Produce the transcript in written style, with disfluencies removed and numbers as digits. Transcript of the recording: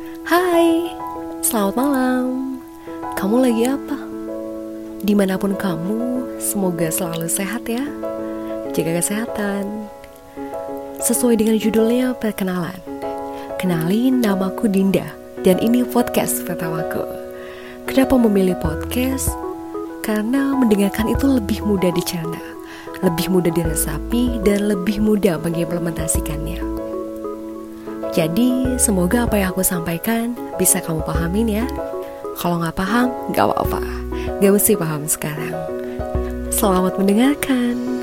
Hai, selamat malam. Kamu lagi apa? Dimanapun kamu, semoga selalu sehat ya. Jaga kesehatan. Sesuai dengan judulnya, perkenalan. Kenalin, namaku Dinda, dan ini podcast pertamaku. Kenapa memilih podcast? Karena mendengarkan itu lebih mudah dicerna, lebih mudah diresapi, dan lebih mudah mengimplementasikannya. Jadi, semoga apa yang aku sampaikan bisa kamu pahamin ya. Kalau nggak paham, nggak apa-apa. Nggak mesti paham sekarang. Selamat mendengarkan.